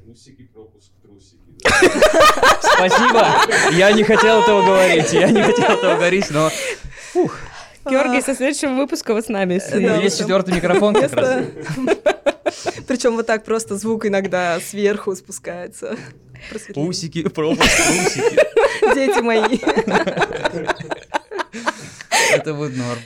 Усики, пропуск, трусики. Спасибо. Я не хотел этого говорить, но... Георгий, со следующего выпуска вы с нами. Есть 4-й микрофон как раз. Причем вот так просто звук иногда сверху спускается. Усики, пропуск, трусики. Дети мои. Это будет норм.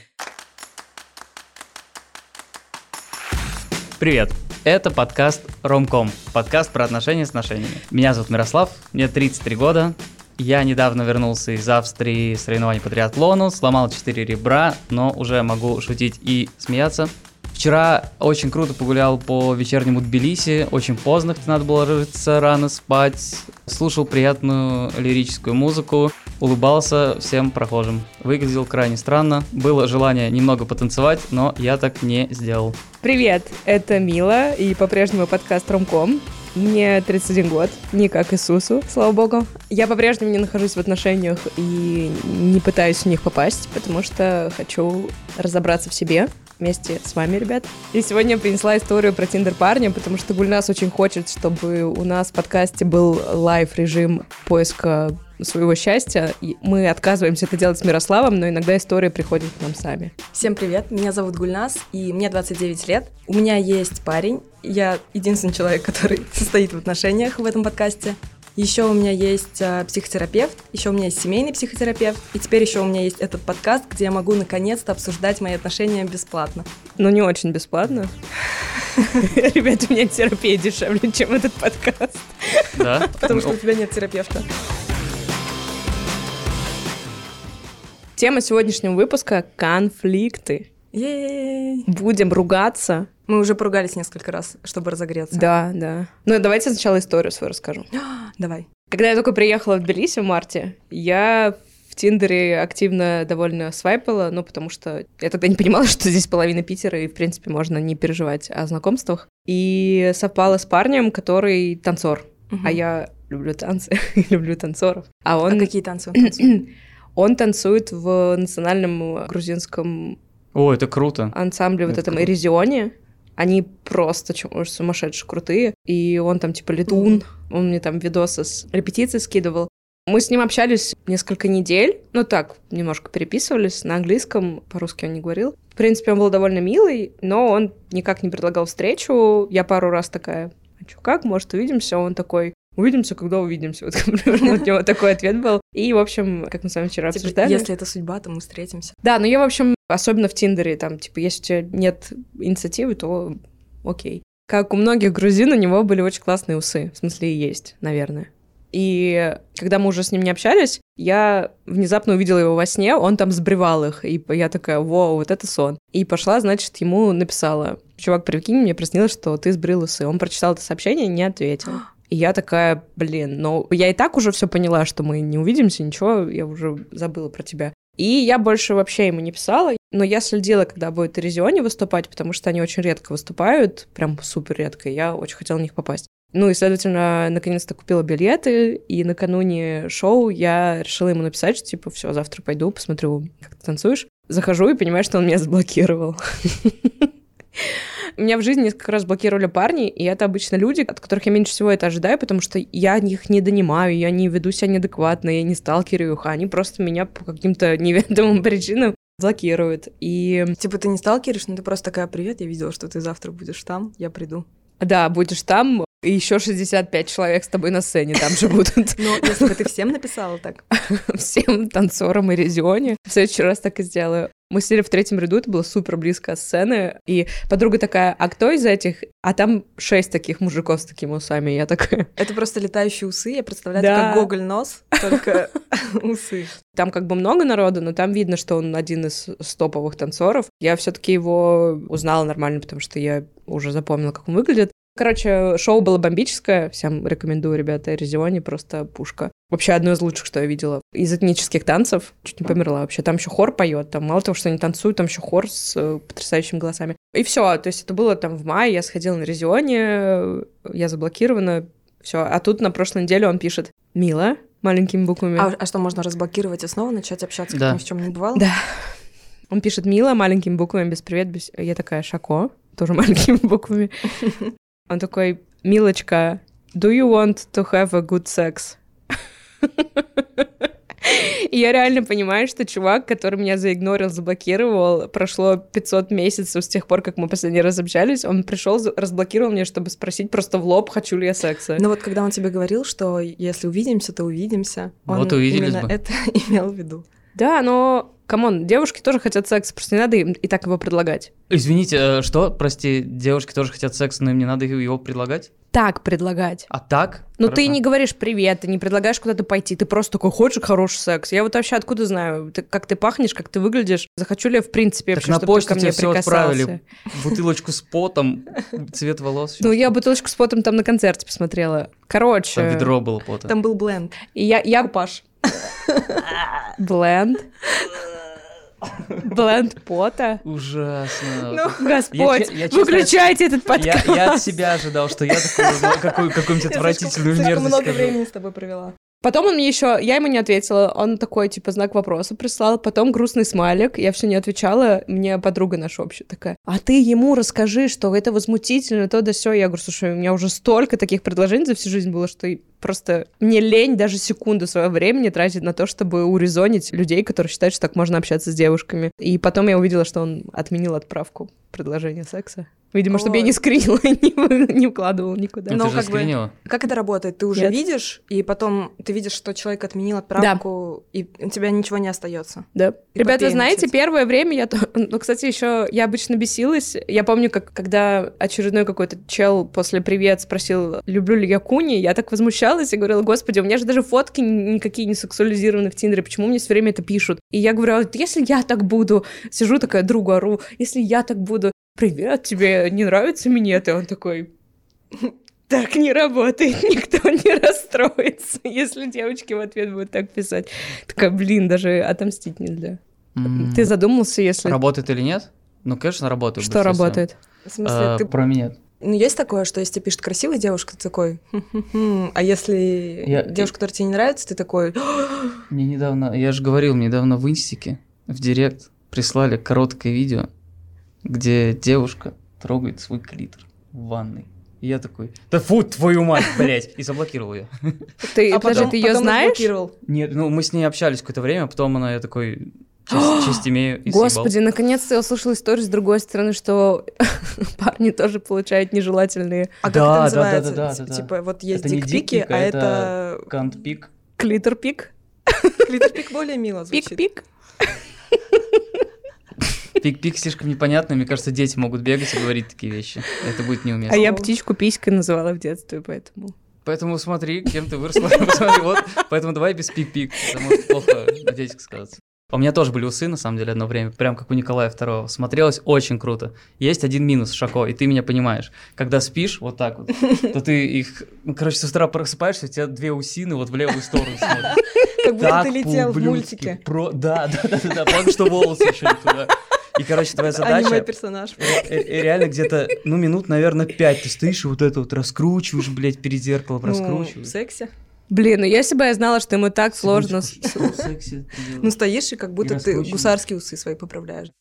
Привет. Это подкаст Ромком. Подкаст про отношения с отношениями. Меня зовут Мирослав, мне 33 года. Я недавно вернулся из Австрии с соревнований по триатлону, сломал 4 ребра, но уже могу шутить и смеяться. Вчера очень круто погулял по вечернему Тбилиси, очень поздно, хотя надо было ложиться рано спать. Слушал приятную лирическую музыку, улыбался всем прохожим. Выглядел крайне странно, было желание немного потанцевать, но я так не сделал. Привет, это Мила и по-прежнему подкаст Ромком. Мне 31 год, не как Иисусу, слава богу. Я по-прежнему не нахожусь в отношениях и не пытаюсь в них попасть, потому что хочу разобраться в себе вместе с вами, ребят. И сегодня я принесла историю про Тиндер-парня, потому что Гульнас очень хочет, чтобы у нас в подкасте был лайв-режим поиска своего счастья. И мы отказываемся это делать с Мирославом, но иногда истории приходят к нам сами. Всем привет, меня зовут Гульнас, и мне 29 лет. У меня есть парень, я единственный человек, который состоит в отношениях в этом подкасте. Еще у меня есть психотерапевт, еще у меня есть семейный психотерапевт, и теперь еще у меня есть этот подкаст, где я могу наконец-то обсуждать мои отношения бесплатно. Но не очень бесплатно. Ребята, у меня терапия дешевле, чем этот подкаст. Да? Потому что у тебя нет терапевта. Тема сегодняшнего выпуска — конфликты. Ей! Будем ругаться. Мы уже поругались несколько раз, чтобы разогреться. Да. Ну, давайте сначала историю свою расскажу. Давай. Когда я только приехала в Тбилиси в марте, я в Тиндере активно довольно свайпала, ну, потому что я тогда не понимала, что здесь половина Питера, и, в принципе, можно не переживать о знакомствах. И совпала с парнем, который танцор. А я люблю танцы, люблю танцоров. А какие танцы он танцует? Он танцует в национальном грузинском О, это круто. ансамбле, вот этом Эризионе. Они просто сумасшедшие крутые. И он там типа летун. Он мне там видосы с репетиции скидывал. Мы с ним общались несколько недель. Ну так, немножко переписывались на английском. По-русски он не говорил. В принципе, он был довольно милый, но он никак не предлагал встречу. Я пару раз такая: а чё, как, может, увидимся? Он такой: увидимся, когда увидимся. Вот у него такой ответ был. И, в общем, как мы с вами вчера обсуждали... Если это судьба, то мы встретимся. Да, но я, в общем, особенно в Тиндере, там, типа, если у тебя нет инициативы, то окей. Как у многих грузин, у него были очень классные усы. В смысле, и есть, наверное. И когда мы уже с ним не общались, я внезапно увидела его во сне, он там сбривал их. И я такая: вау, вот это сон. И пошла, значит, ему написала: чувак, прикинь, мне приснилось, что ты сбрил усы. Он прочитал это сообщение, не ответил. И я такая: блин, ну я и так уже все поняла, что мы не увидимся, ничего, я уже забыла про тебя. И я больше вообще ему не писала, но я следила, когда будет в Эризионе выступать, потому что они очень редко выступают, прям супер редко, и я очень хотела на них попасть. Ну и, следовательно, наконец-то купила билеты, и накануне шоу я решила ему написать, что типа: все, завтра пойду, посмотрю, как ты танцуешь. Захожу и понимаю, что он меня заблокировал. Меня в жизни несколько раз блокировали парни, и это обычно люди, от которых я меньше всего это ожидаю, потому что я их не донимаю, я не веду себя неадекватно, я не сталкерю их, а они просто меня по каким-то неведомым причинам блокируют. И... Типа ты не сталкеришь, но ты просто такая: привет, я видела, что ты завтра будешь там, я приду. Да, будешь там, и еще 65 человек с тобой на сцене там же будут. Но если бы ты всем написала так? Всем танцорам Эризионе. В следующий раз так и сделаю. Мы сидели в третьем ряду, это было супер близко от сцены, и подруга такая: а кто из этих? А там 6 таких мужиков с такими усами, и я такая... Это просто летающие усы, я представляю, это как Гоголь-нос, только усы. Там как бы много народу, но там видно, что он один из топовых танцоров. Я все-таки его узнала нормально, потому что я уже запомнила, как он выглядит. Короче, шоу было бомбическое, всем рекомендую, ребята, Эризионе, просто пушка. Вообще одно из лучших, что я видела. Из этнических танцев чуть не померла вообще. Там еще хор поет, там мало того, что они танцуют, там еще хор с потрясающими голосами. И все, то есть это было там в мае, я сходила на Эризионе, я заблокирована, все. А тут на прошлой неделе он пишет: Мила, маленькими буквами. А что, можно разблокировать и снова начать общаться, как ни в чем не бывало? Да. Он пишет: Мила, маленькими буквами, без привет, без... Я такая: Шако, тоже маленькими буквами. Он такой: Милочка, do you want to have a good sex? И я реально понимаю, что чувак, который меня заигнорил, заблокировал, прошло 500 месяцев с тех пор, как мы последний раз общались, он пришел, разблокировал меня, чтобы спросить просто в лоб, хочу ли я секса. Но вот когда он тебе говорил, что если увидимся, то увидимся, он вот увиделись именно бы. это имел в виду. Да, но, камон, девушки тоже хотят секса, просто не надо им и так его предлагать. Извините, что? Прости, девушки тоже хотят секса, но им не надо его предлагать? Так предлагать. А так? Ну, Хорошо. ты не говоришь привет, ты не предлагаешь куда-то пойти, ты просто такой, хочешь хороший секс? Я вот вообще откуда знаю, как ты пахнешь, как ты выглядишь? Захочу ли я, в принципе, Так вообще, на чтобы ты почту ко тебе мне все прикасался? отправили. Бутылочку с потом, цвет волос. Ну, я бутылочку с потом там на концерте посмотрела. Короче. Там ведро было пота. Там был бленд. И я... Купаж. Бленд. Бленд пота. Ужасно. Господь, Я, честно, выключайте этот подкаст. Я от себя ожидал, что я такой, какой-нибудь отвратительную слишком мерзость много скажу. времени с тобой провела. Потом он мне еще, я ему не ответила, он такой, типа, знак вопроса прислал, потом грустный смайлик, я все не отвечала, мне подруга наша общая такая, а ты ему расскажи, что это возмутительно, то да сё. Я говорю, слушай, у меня уже столько таких предложений за всю жизнь было, что просто мне лень даже секунду своего времени тратить на то, чтобы урезонить людей, которые считают, что так можно общаться с девушками. И потом я увидела, что он отменил отправку предложения секса. Видимо, чтобы я не скринила и не вкладывала никуда. Ну, Но ты же как бы- скринила. Как это работает? Ты уже Нет. видишь, и потом ты видишь, что человек отменил отправку, и у тебя ничего не остается. Да. Ребята, Эпопея знаете, начнётся. первое время я... Ну, кстати, еще я обычно бесилась. Я помню, когда очередной какой-то чел после «Привет» спросил, люблю ли я куни, я так возмущалась и говорила, господи, у меня же даже фотки никакие не сексуализированы в Тиндере, почему мне все время это пишут? И я говорю, «А вот если я так буду, сижу такая, другу ору, если я так буду, привет, тебе не нравится минет? И он такой... Так не работает, никто не расстроится, если девочки в ответ будут так писать. Такая, блин, даже отомстить нельзя. Ты задумался, если... Работает или нет? Ну, конечно, работает. Что работает? В смысле, ты... Про минет. Ну, есть такое, что если тебе пишет красивая девушка, ты такой... «Хм-хм-хм». А если девушка, которая тебе не нравится, ты такой... Мне недавно, я же говорил, мне недавно в инстике, в директ прислали короткое видео, где девушка трогает свой клитор в ванной. И я такой, да фу, твою мать, блядь, и заблокировал ее. Ты, А подожди, потом ты ее знаешь? разблокировал. Нет, ну мы с ней общались какое-то время, потом она, я такой, честь имею, и Господи, съебал. наконец-то я услышала историю с другой стороны, что парни тоже получают нежелательные А Да, как это да, называется? да, да, да. Типа, вот есть Это не дикпики, дикпик, а это... Кантпик. клитор-пик. Клитор-пик более мило звучит. Пик-пик. Пик-пик слишком непонятно, мне кажется, дети могут бегать и говорить такие вещи. Это будет неуместно. А я птичку писькой называла в детстве, поэтому... Поэтому смотри, кем ты выросла, посмотри, вот. Поэтому давай без пик-пик, потому что плохо на детях сказаться. У меня тоже были усы, на самом деле, одно время, прям как у Николая II. Смотрелось очень круто. Есть один минус, Шако, и ты меня понимаешь. Когда спишь вот так вот, то ты их... Ну, короче, с утра просыпаешься, у тебя две усины вот в левую сторону смотрят. Как будто Так ты летел в по-ублюдски. мультике. Да, потому что волосы еще не туда. И, короче, твоя задача... Аниме-персонаж. Реально где-то, ну, минут, наверное, 5 ты стоишь и вот это вот раскручиваешь, блядь, перед зеркалом Ну, раскручиваешь. секси. Блин, ну если бы я знала, что ему так сложно... Секундочку, что секси ты делаешь? Ну, стоишь, и как будто ты раскручиваешь. гусарские усы свои поправляешь.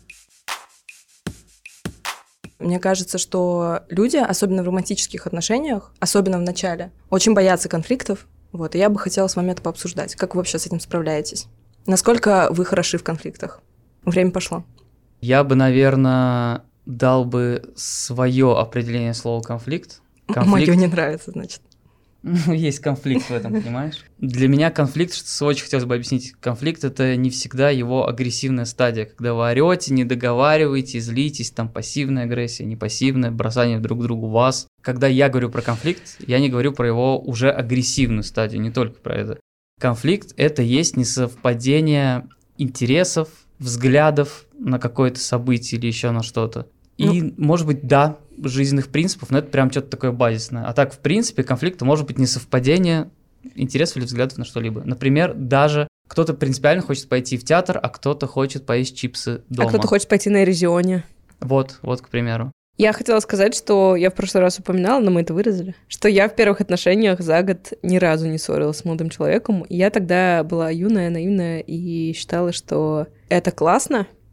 Мне кажется, что люди, особенно в романтических отношениях, особенно в начале, очень боятся конфликтов. Вот, и я бы хотела с вами это пообсуждать. Как вы вообще с этим справляетесь? Насколько вы хороши в конфликтах? Время пошло. Я бы, наверное, дал бы свое определение слова конфликт. Магию не нравится, значит. Ну, есть конфликт в этом, понимаешь? Для меня конфликт, что очень хотелось бы объяснить, конфликт — это не всегда его агрессивная стадия, когда вы орете, не договариваете, злитесь, там пассивная агрессия, не пассивная, бросание друг другу вас. Когда я говорю про конфликт, я не говорю про его уже агрессивную стадию, не только про это. Конфликт — это есть несовпадение интересов, взглядов на какое-то событие или еще на что-то. И, может быть, да, жизненных принципов, но это прям что-то такое базисное. А так, в принципе, конфликт может быть несовпадение интересов или взглядов на что-либо. Например, даже кто-то принципиально хочет пойти в театр, а кто-то хочет поесть чипсы дома. А кто-то хочет пойти на Эризионе. Вот, к примеру. Я хотела сказать, что я в прошлый раз упоминала, но мы это вырезали, что я в первых отношениях за год ни разу не ссорилась с молодым человеком. Я тогда была юная, наивная и считала, что это классно,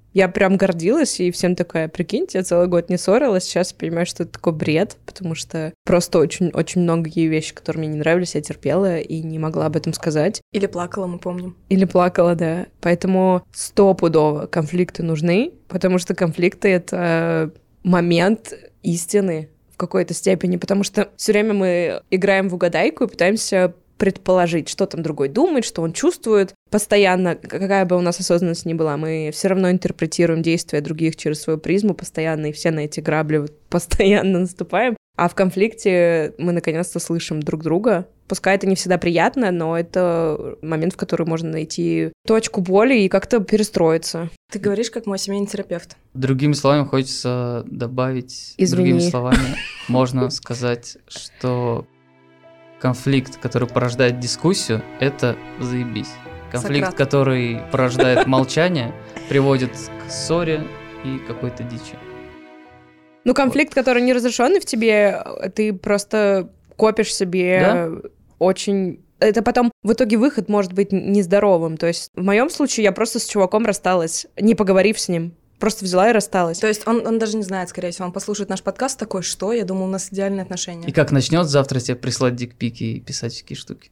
Я прям гордилась и всем такая, прикиньте, я целый год не ссорилась, сейчас понимаю, что это такой бред, потому что просто очень многие вещи, которые мне не нравились, я терпела и не могла об этом сказать. Или плакала, мы помним. Или плакала, да. Поэтому стопудово конфликты нужны, потому что конфликты — это момент истины в какой-то степени, потому что все время мы играем в угадайку и пытаемся предположить, что там другой думает, что он чувствует. Постоянно, какая бы у нас осознанность ни была, мы все равно интерпретируем действия других через свою призму постоянно, и все на эти грабли постоянно наступаем. А в конфликте мы наконец-то слышим друг друга. Пускай это не всегда приятно, но это момент, в который можно найти точку боли и как-то перестроиться. Ты говоришь, как мой семейный терапевт. Другими словами хочется добавить, Извини. другими словами можно сказать, что конфликт, который порождает дискуссию, это заебись. Конфликт, Сократ. который порождает молчание, приводит к ссоре и какой-то дичи. Ну, конфликт, который не разрешенный в тебе, ты просто копишь себе очень... Это потом в итоге выход может быть нездоровым. То есть в моем случае я просто с чуваком рассталась, не поговорив с ним. Просто взяла и рассталась. То есть он даже не знает, скорее всего, он послушает наш подкаст такой, что? Я думал, у нас идеальные отношения. И как начнет завтра тебе прислать дикпики и писать всякие штуки.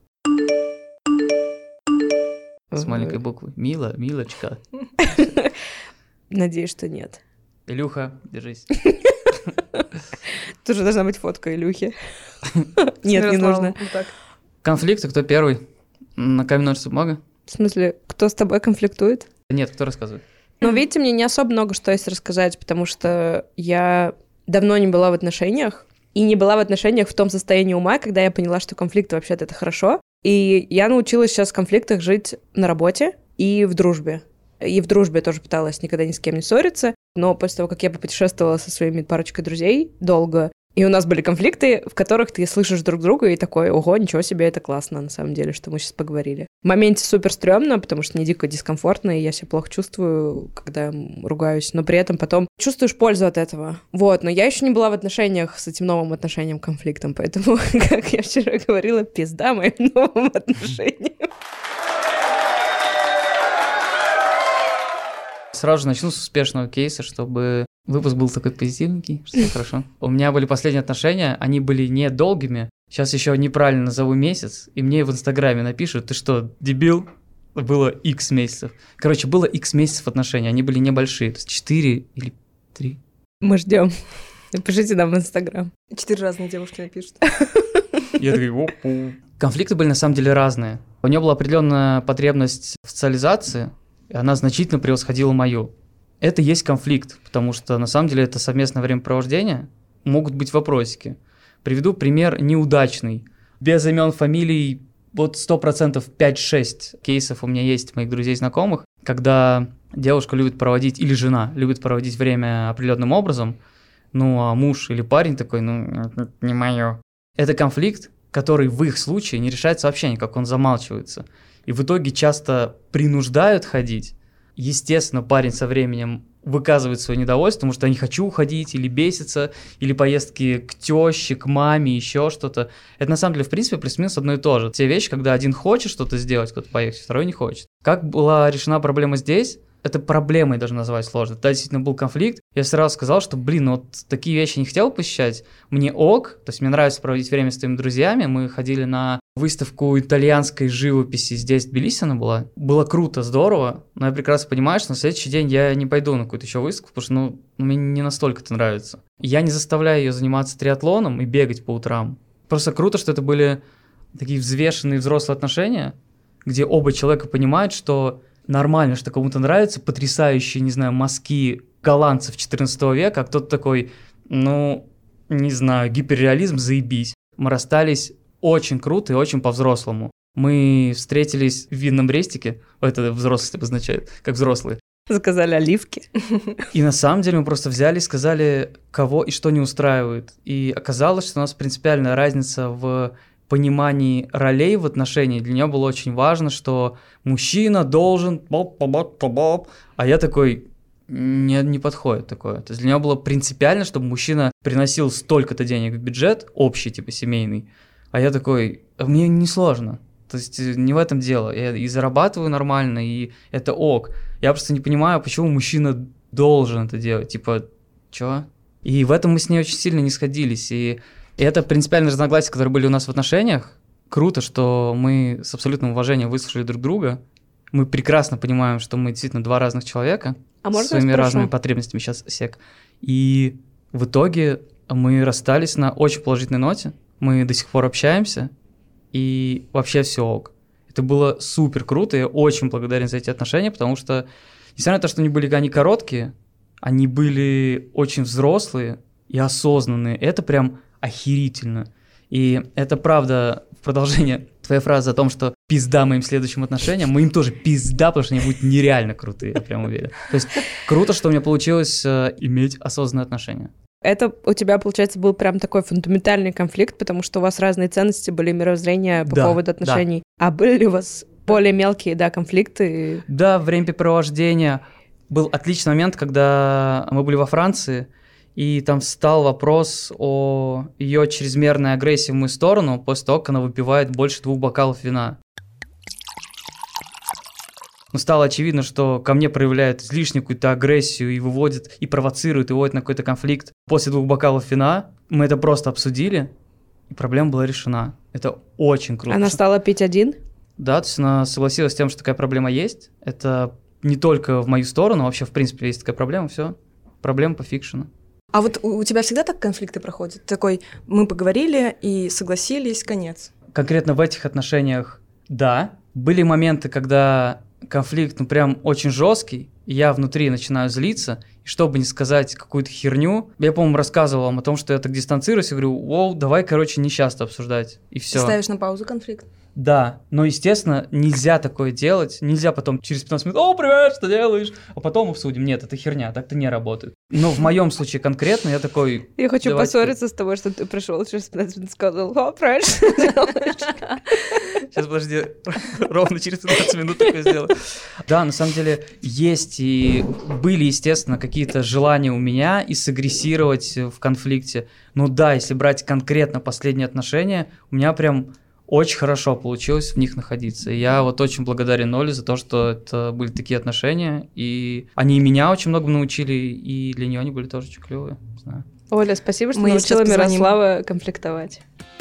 С маленькой буквы. Мила, милочка. Надеюсь, что нет. Илюха, держись. Тоже должна быть фотка Илюхи. Нет, не нужно. Вот так. Конфликты, кто первый? На камень, ножницы, бумага? В смысле, кто с тобой конфликтует? Нет, кто рассказывает? Ну, видите, мне не особо много что есть рассказать, потому что я давно не была в отношениях, и не была в отношениях в том состоянии ума, когда я поняла, что конфликты вообще-то это хорошо. И я научилась сейчас в конфликтах жить на работе и в дружбе. И в дружбе тоже пыталась никогда ни с кем не ссориться, но после того, как я попутешествовала со своими парочкой друзей долго, и у нас были конфликты, в которых ты слышишь друг друга и такой, ого, ничего себе, это классно, на самом деле, что мы сейчас поговорили. В моменте супер стрёмно, потому что мне дико дискомфортно, и я себя плохо чувствую, когда ругаюсь, но при этом потом чувствуешь пользу от этого. Вот, но я еще не была в отношениях с этим новым отношением к конфликтам, поэтому, как я вчера говорила, пизда моим новым отношениям. Сразу же начну с успешного кейса, чтобы выпуск был такой позитивненький, что всё хорошо. У меня были последние отношения, они были недолгими. Сейчас еще неправильно назову месяц, и мне в Инстаграме напишут, ты что, дебил? Было X месяцев. Короче, было X месяцев отношений, они были небольшие, то есть 4 или 3. Мы ждем. Напишите нам в Инстаграм. 4 разные девушки напишут. Я такой, опу. Конфликты были на самом деле разные. У нее была определенная потребность в социализации, и она значительно превосходила мою. Это и есть конфликт, потому что на самом деле это совместное времяпровождение, могут быть вопросики. Приведу пример неудачный. Без имен, фамилий, вот 100% 5-6 кейсов у меня есть моих друзей и знакомых, когда девушка любит проводить, или жена любит проводить время определенным образом, ну а муж или парень такой, ну, не мое. Это конфликт, который в их случае не решается вообще никак, он замалчивается. И в итоге часто принуждают ходить. Естественно, парень со временем выказывает свое недовольство, потому что я не хочу уходить, или бесится, или поездки к тёще, к маме, еще что-то. Это на самом деле, в принципе, плюс-минус одно и то же. Те вещи, когда один хочет что-то сделать, кто-то поехать, второй не хочет. Как была решена проблема здесь? Это проблемой даже назвать сложно. Да, действительно был конфликт. Я сразу сказал, что, вот такие вещи не хотел посещать. Мне ок, то есть мне нравится проводить время с твоими друзьями. Мы ходили на выставку итальянской живописи здесь, в Тбилиси она была. Было круто, здорово, но я прекрасно понимаю, что на следующий день я не пойду на какую-то еще выставку, потому что, мне не настолько это нравится. Я не заставляю ее заниматься триатлоном и бегать по утрам. Просто круто, что это были такие взвешенные взрослые отношения, где оба человека понимают, что нормально, что кому-то нравятся потрясающие, не знаю, мазки голландцев 14 века, а кто-то такой, не знаю, гиперреализм, заебись. Мы расстались очень круто и очень по-взрослому. Мы встретились в винном рестике, это взрослость обозначает, как взрослые. Заказали оливки. И на самом деле мы просто взяли и сказали, кого и что не устраивает. И оказалось, что у нас принципиальная разница в понимании ролей в отношении. Для нее было очень важно, что мужчина должен... А я такой... Не подходит такое. То есть для нее было принципиально, чтобы мужчина приносил столько-то денег в бюджет, общий, типа семейный. А я такой... Мне не сложно. То есть не в этом дело. Я и зарабатываю нормально, и это ок. Я просто не понимаю, почему мужчина должен это делать. Типа, чё? И в этом мы с ней очень сильно не сходились. И это принципиальные разногласия, которые были у нас в отношениях. Круто, что мы с абсолютным уважением выслушали друг друга. Мы прекрасно понимаем, что мы действительно два разных человека с своими разными потребностями. Сейчас сек. И в итоге мы расстались на очень положительной ноте. Мы до сих пор общаемся. И вообще все ок. Это было супер круто. Я очень благодарен за эти отношения, потому что, несмотря на то, что они короткие, они были очень взрослые и осознанные. Это прям охерительно. И это правда в продолжение твоей фразы о том, что пизда моим следующим отношениям, мы им тоже пизда, потому что они будут нереально крутые, я прям уверен. То есть круто, что у меня получилось иметь осознанные отношения. Это у тебя, получается, был прям такой фундаментальный конфликт, потому что у вас разные ценности были, мировоззрения по поводу отношений. Да. А были ли у вас более мелкие, конфликты? Да, времяпрепровождения. Был отличный момент, когда мы были во Франции, и там встал вопрос о ее чрезмерной агрессии в мою сторону после того, как она выпивает больше 2 бокалов вина. Стало очевидно, что ко мне проявляют излишнюю какую-то агрессию и выводят, и провоцируют, и вводят на какой-то конфликт. После 2 бокалов вина мы это просто обсудили, и проблема была решена. Это очень круто. Она стала пить один? Да, то есть она согласилась с тем, что такая проблема есть. Это не только в мою сторону, вообще, в принципе, есть такая проблема, все. Проблема по фикшену. А вот у тебя всегда так конфликты проходят? Такой, мы поговорили и согласились, конец. Конкретно в этих отношениях, да. Были моменты, когда конфликт, прям очень жесткий, и я внутри начинаю злиться, и чтобы не сказать какую-то херню, я, по-моему, рассказывал вам о том, что я так дистанцируюсь, и говорю, давай, не часто обсуждать, и все. Ты ставишь на паузу конфликт? Да, но, естественно, нельзя такое делать, нельзя потом через 15 минут, привет, что делаешь? А потом обсудим. Нет, это херня, так-то не работает. Но в моем случае конкретно я такой... Я хочу поссориться с тобой, что ты пришел через 15 минут и сказал, привет, что делаешь? Сейчас, подожди, ровно через 15 минут такое сделаю. Да, на самом деле есть и были, естественно, какие-то желания у меня и сагрессировать в конфликте. Но да, если брать конкретно последние отношения, у меня прям... очень хорошо получилось в них находиться. И я очень благодарен Оле за то, что это были такие отношения. И они меня очень многому научили, и для нее они были тоже очень клевые. Не знаю. Оля, спасибо, что научила Мирослава конфликтовать.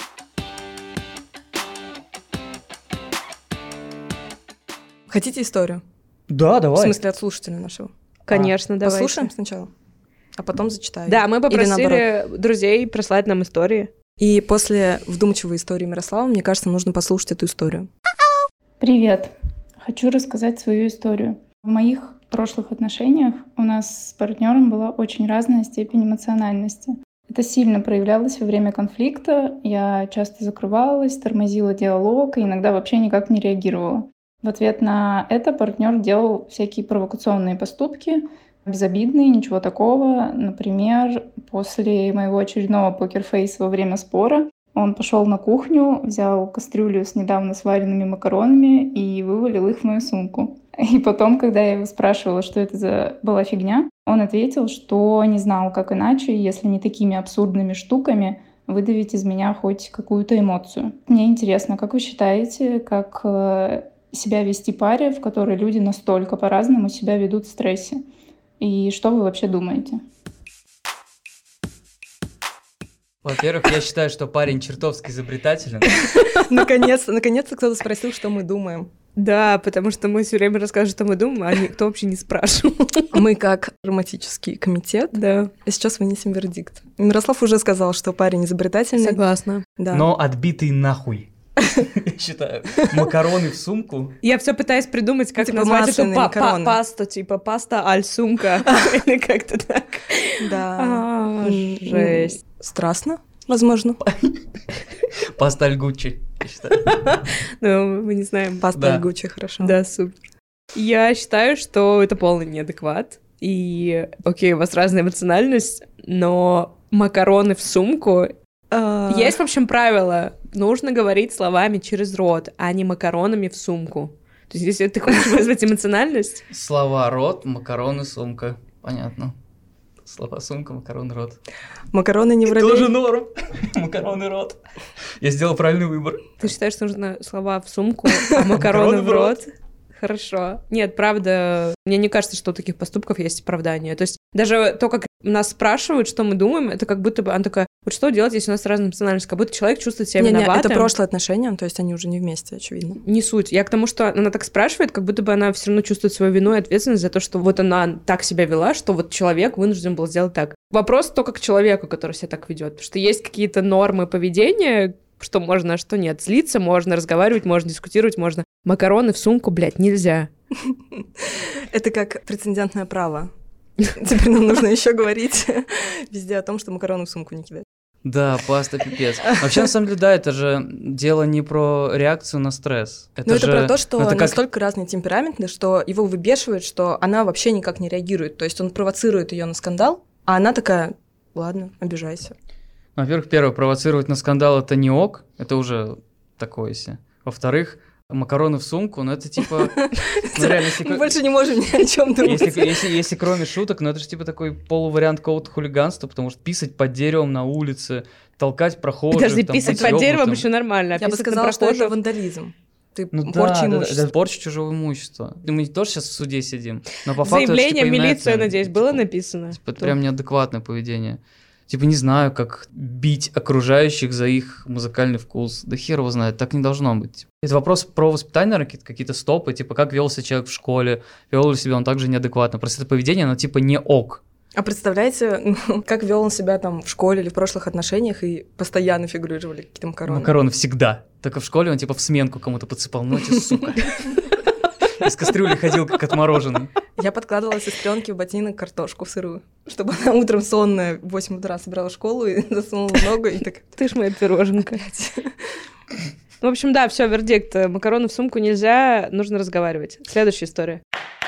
Хотите историю? Да, давай. В смысле, от слушателя нашего? Конечно, давайте. Послушаем сначала, а потом зачитаю. Да, мы попросили друзей прислать нам истории. И после вдумчивой истории Мирослава, мне кажется, нужно послушать эту историю. Привет! Хочу рассказать свою историю. В моих прошлых отношениях у нас с партнером была очень разная степень эмоциональности. Это сильно проявлялось во время конфликта. Я часто закрывалась, тормозила диалог и иногда вообще никак не реагировала. В ответ на это партнер делал всякие провокационные поступки, безобидные, ничего такого. Например, после моего очередного покерфейса во время спора он пошел на кухню, взял кастрюлю с недавно сваренными макаронами и вывалил их в мою сумку. И потом, когда я его спрашивала, что это была фигня, он ответил, что не знал, как иначе, если не такими абсурдными штуками, выдавить из меня хоть какую-то эмоцию. Мне интересно, как вы считаете, как себя вести паре, в которой люди настолько по-разному себя ведут в стрессе? И что вы вообще думаете? Во-первых, я считаю, что парень чертовски изобретателен. Наконец-то кто-то спросил, что мы думаем. Да, потому что мы все время рассказываем, что мы думаем, а никто вообще не спрашивал. Мы как романтический комитет, да, сейчас вынесем вердикт. Мирослав уже сказал, что парень изобретательный. Согласна. Да. Но отбитый нахуй. Я считаю, макароны в сумку. Я все пытаюсь придумать, как назвать эту пасту, типа паста аль-сумка, или как-то так. Да. Жесть. Страстно, возможно. Паста аль-Гуччи, я считаю. Ну, мы не знаем. Паста аль-Гуччи, хорошо. Да, супер. Я считаю, что это полный неадекват. И, окей, у вас разная эмоциональность, но макароны в сумку... Есть, в общем, правило. Нужно говорить словами через рот, а не макаронами в сумку. То есть, если ты хочешь вызвать эмоциональность... Слова рот, макароны, сумка. Понятно. Слова сумка, макароны, рот. Макароны не в роле. Тоже норм. Макароны, рот. Я сделал правильный выбор. Ты считаешь, что нужно слова в сумку, а макароны в рот? Хорошо. Нет, правда, мне не кажется, что у таких поступков есть оправдание. То есть даже то, как нас спрашивают, что мы думаем, это как будто бы она такая, вот что делать, если у нас разная национальность? Как будто человек чувствует себя виноватым. Это прошлые отношения, то есть они уже не вместе, очевидно. Не суть. Я к тому, что она так спрашивает, как будто бы она все равно чувствует свою вину и ответственность за то, что вот она так себя вела, что вот человек вынужден был сделать так. Вопрос только к человеку, который себя так ведет. Потому что есть какие-то нормы поведения, что можно, а что нет. Злиться можно, разговаривать можно, дискутировать можно. Макароны в сумку, блядь, нельзя. Это как прецедентное право. Теперь нам нужно еще говорить везде о том, что макароны в сумку не кидать. Да, паста пипец. Вообще, на самом деле, да, это же дело не про реакцию на стресс. Это про то, что настолько разные темпераменты, что его выбешивает, что она вообще никак не реагирует. То есть он провоцирует ее на скандал, а она такая, ладно, обижайся. Во-первых, первое, провоцировать на скандал — это не ок, это уже такое себе. Во-вторых, макароны в сумку, ну это типа... Мы больше не можем ни о чем думать. Если кроме шуток, ну это же типа такой полувариант какого-то хулиганства, потому что писать под деревом на улице, толкать прохожих... Подожди, писать под деревом еще нормально. Я бы сказала, что это вандализм. Ты порча имущества. Да, порча чужого имущества. Мы тоже сейчас в суде сидим, но по факту... Заявление в милицию, надеюсь, было написано? Это прям неадекватное поведение. Типа не знаю, как бить окружающих за их музыкальный вкус. Да хер его знает, так не должно быть. Это вопрос про воспитание, наверное, какие-то стопы, типа как вел себя человек в школе, вел ли себя он также неадекватно. Просто это поведение, оно типа не ок. А представляете, как вел он себя там в школе или в прошлых отношениях, и постоянно фигурировали какие-то макароны? Макароны всегда. Только в школе он типа в сменку кому-то подсыпал. Ну эти сука. Из кастрюли ходил, как отмороженный. Я подкладывала сестренке в ботинок картошку сырую, чтобы она утром сонная в 8 утра собирала в школу и засунула в ногу, и так... Ты ж моя пироженка. В общем, да, все, вердикт. Макароны в сумку нельзя, нужно разговаривать. Следующая история.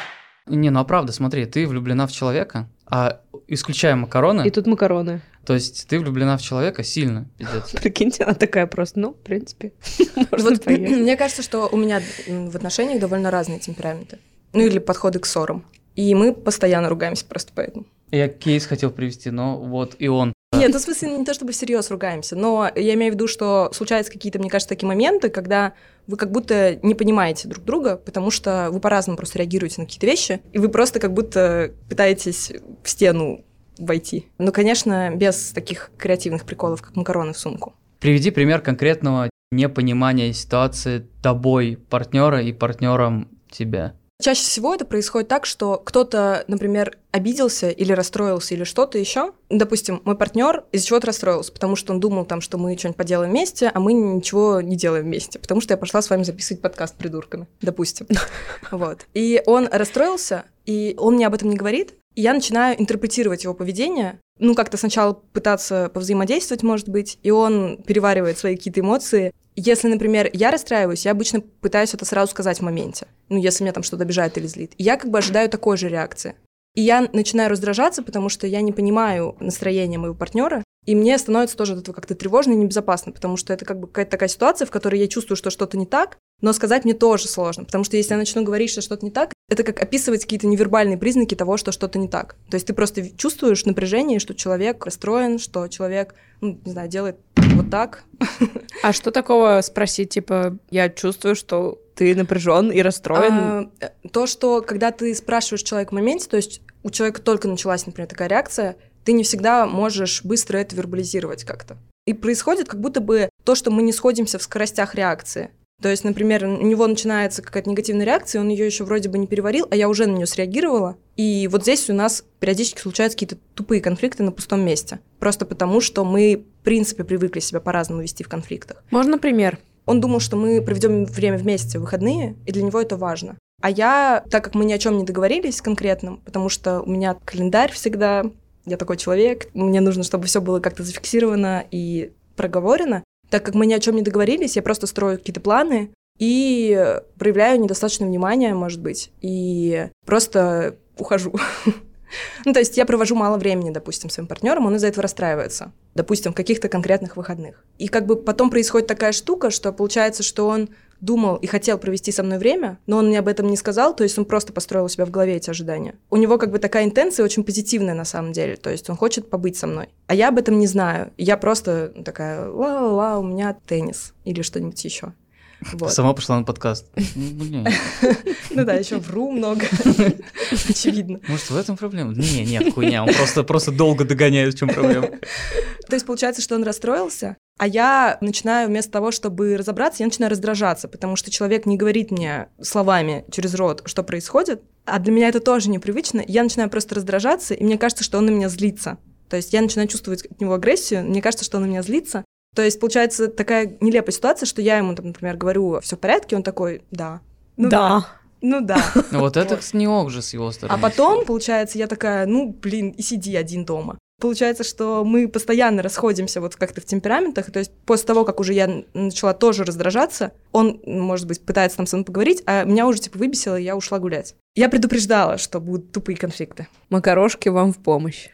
Не, ну а правда, смотри, ты влюблена в человека, а исключая макароны... И тут макароны. То есть ты влюблена в человека сильно, пиздец. Прикиньте, она такая просто, ну, в принципе, можно вот, мне кажется, что у меня в отношениях довольно разные темпераменты. Ну или подходы к ссорам. И мы постоянно ругаемся просто поэтому. Я кейс хотел привести, но вот и он. Нет, ну в смысле не то, чтобы всерьез ругаемся, но я имею в виду, что случаются какие-то, мне кажется, такие моменты, когда вы как будто не понимаете друг друга, потому что вы по-разному просто реагируете на какие-то вещи, и вы просто как будто пытаетесь в стену войти. Ну, конечно, без таких креативных приколов, как макароны в сумку. Приведи пример конкретного непонимания ситуации тобой, партнера и партнером тебя. Чаще всего это происходит так, что кто-то, например, обиделся или расстроился или что-то еще. Допустим, мой партнер из-за чего-то расстроился, потому что он думал, там, что мы что-нибудь поделаем вместе, а мы ничего не делаем вместе, потому что я пошла с вами записывать подкаст придурками, допустим. Вот. И он расстроился, и он мне об этом не говорит, и я начинаю интерпретировать его поведение, ну, как-то сначала пытаться повзаимодействовать, может быть, и он переваривает свои какие-то эмоции. Если, например, я расстраиваюсь, я обычно пытаюсь это сразу сказать в моменте. Ну, если меня там что-то обижает или злит. И я как бы ожидаю такой же реакции. И я начинаю раздражаться, потому что я не понимаю настроения моего партнера, и мне становится тоже от этого как-то тревожно и небезопасно, потому что это как бы какая-то такая ситуация, в которой я чувствую, что что-то не так, но сказать мне тоже сложно, потому что если я начну говорить, что что-то не так, это как описывать какие-то невербальные признаки того, что что-то не так. То есть ты просто чувствуешь напряжение, что человек расстроен, что человек, ну, не знаю, делает вот так. А что такого спросить, типа, я чувствую, что ты напряжен и расстроен? То, что когда ты спрашиваешь человека в моменте, то есть у человека только началась, например, такая реакция, ты не всегда можешь быстро это вербализировать как-то. И происходит как будто бы то, что мы не сходимся в скоростях реакции. То есть, например, у него начинается какая-то негативная реакция, он ее еще вроде бы не переварил, а я уже на нее среагировала. И вот здесь у нас периодически случаются какие-то тупые конфликты на пустом месте. Просто потому, что мы, в принципе, привыкли себя по-разному вести в конфликтах. Можно пример? Он думал, что мы проведем время вместе в выходные, и для него это важно. А я, так как мы ни о чем не договорились конкретном, потому что у меня календарь всегда, я такой человек, мне нужно, чтобы все было как-то зафиксировано и проговорено. Так как мы ни о чем не договорились, я просто строю какие-то планы и проявляю недостаточное внимание, может быть, и просто ухожу. Ну, то есть я провожу мало времени, допустим, с своим партнером, он из-за этого расстраивается, допустим, в каких-то конкретных выходных. И как бы потом происходит такая штука, что получается, что он думал и хотел провести со мной время, но он мне об этом не сказал, то есть он просто построил у себя в голове эти ожидания. У него как бы такая интенция очень позитивная на самом деле, то есть он хочет побыть со мной. А я об этом не знаю. Я просто такая, ла-ла-ла, у меня теннис или что-нибудь еще. Вот. Сама пошла на подкаст. Блин. Ну да, еще вру много, очевидно. Может, в этом проблема? Нет, хуйня, он просто долго догоняет, в чем проблема. То есть получается, что он расстроился, а я начинаю вместо того, чтобы разобраться, я начинаю раздражаться, потому что человек не говорит мне словами через рот, что происходит, а для меня это тоже непривычно. Я начинаю просто раздражаться, и мне кажется, что он на меня злится. То есть я начинаю чувствовать от него агрессию, мне кажется, что он на меня злится. То есть получается такая нелепая ситуация, что я ему, там, например, говорю, все в порядке, он такой, да. Ну да. Ну да. Вот это не ок же с его стороны. А потом, получается, я такая, и сиди один дома. Получается, что мы постоянно расходимся вот как-то в темпераментах, то есть после того, как уже я начала тоже раздражаться, он, может быть, пытается там со мной поговорить, а меня уже типа выбесило, и я ушла гулять. Я предупреждала, что будут тупые конфликты. Макарошки вам в помощь.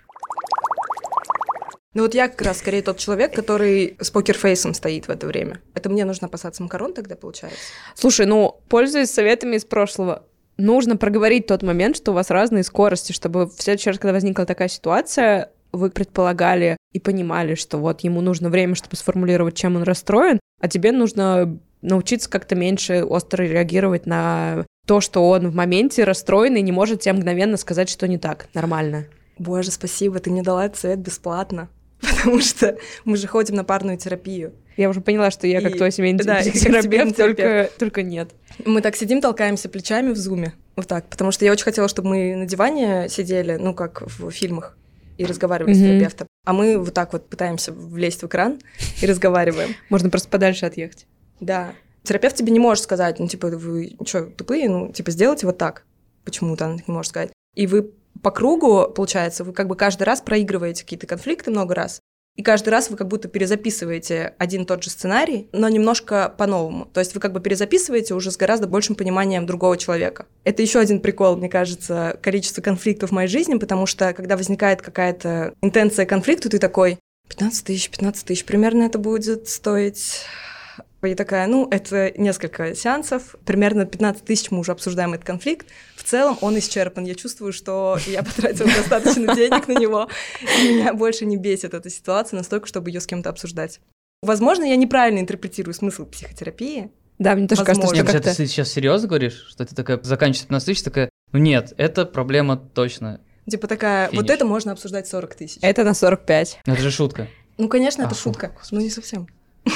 Ну вот я как раз скорее тот человек, который с покерфейсом стоит в это время. Это мне нужно опасаться макарон тогда, получается? Слушай, пользуясь советами из прошлого, нужно проговорить тот момент, что у вас разные скорости, чтобы в следующий раз, когда возникла такая ситуация, вы предполагали и понимали, что вот ему нужно время, чтобы сформулировать, чем он расстроен, а тебе нужно научиться как-то меньше остро реагировать на то, что он в моменте расстроен и не может тебе мгновенно сказать, что не так. Нормально. Боже, спасибо, ты мне дала этот совет бесплатно. Потому что мы же ходим на парную терапию. Я уже поняла, что я как твой семейный терапевт, только нет. Мы так сидим, толкаемся плечами в зуме. Вот так. Потому что я очень хотела, чтобы мы на диване сидели, как в фильмах, и разговаривали с терапевтом. А мы вот так вот пытаемся влезть в экран и разговариваем. Можно просто подальше отъехать. Да. Терапевт тебе не может сказать, вы что, тупые? Сделайте вот так. Почему-то она так не может сказать. И вы по кругу, получается, вы как бы каждый раз проигрываете какие-то конфликты много раз, и каждый раз вы как будто перезаписываете один и тот же сценарий, но немножко по-новому. То есть вы как бы перезаписываете уже с гораздо большим пониманием другого человека. Это еще один прикол, мне кажется, количество конфликтов в моей жизни, потому что когда возникает какая-то интенция конфликта, ты такой, 15 тысяч, примерно это будет стоить... И такая, это несколько сеансов, примерно 15 тысяч мы уже обсуждаем этот конфликт. В целом он исчерпан. Я чувствую, что я потратила достаточно денег на него, и меня больше не бесит эта ситуация настолько, чтобы ее с кем-то обсуждать. Возможно, я неправильно интерпретирую смысл психотерапии. Да, мне тоже кажется, что как-то... Ты сейчас серьезно говоришь, что ты такая заканчиваешь 15 тысяч, такая, нет, это проблема точно. Типа такая, Финиш. Вот это можно обсуждать 40 тысяч. Это на 45. Это же шутка. Конечно, это шутка, но не совсем.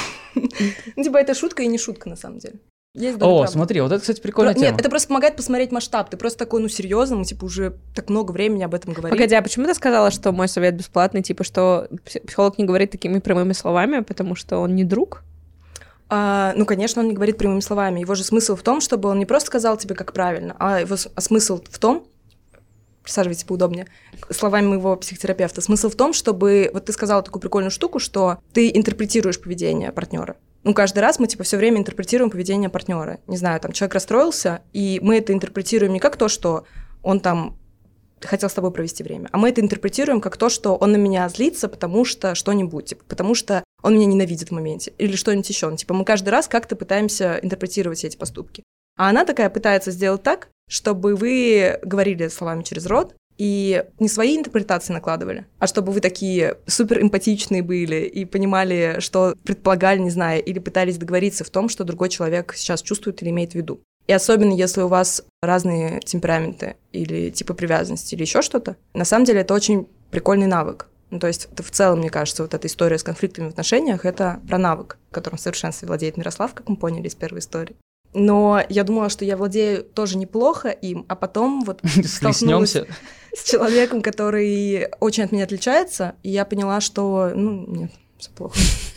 Это шутка и не шутка, на самом деле. Смотри, вот это, кстати, прикольная тема. Нет, это просто помогает посмотреть масштаб. Ты просто такой, серьезно, мы, уже так много времени об этом говорим. Погоди, а почему ты сказала, что мой совет бесплатный, что психолог не говорит такими прямыми словами, потому что он не друг? Конечно, он не говорит прямыми словами. Его же смысл в том, чтобы он не просто сказал тебе, как правильно, а смысл в том, присаживайтесь поудобнее, словами моего психотерапевта, смысл в том, чтобы... Вот ты сказала такую прикольную штуку, что ты интерпретируешь поведение партнера. Каждый раз мы, все время интерпретируем поведение партнера. Не знаю, человек расстроился, и мы это интерпретируем не как то, что он хотел с тобой провести время, а мы это интерпретируем как то, что он на меня злится, потому что что-нибудь, потому что он меня ненавидит в моменте, или что-нибудь еще. Мы каждый раз как-то пытаемся интерпретировать эти поступки. А она такая пытается сделать так, чтобы вы говорили словами через рот и не свои интерпретации накладывали, а чтобы вы такие супер эмпатичные были и понимали, что предполагали, не знаю, или пытались договориться в том, что другой человек сейчас чувствует или имеет в виду. И особенно, если у вас разные темпераменты или типы привязанности или еще что-то, на самом деле это очень прикольный навык. То есть это в целом, мне кажется, вот эта история с конфликтами в отношениях — это про навык, которым в совершенстве владеет Мирослав, как мы поняли из первой истории. Но я думала, что я владею тоже неплохо им, а потом столкнулась с человеком, который очень от меня отличается, и я поняла, что, нет, все плохо.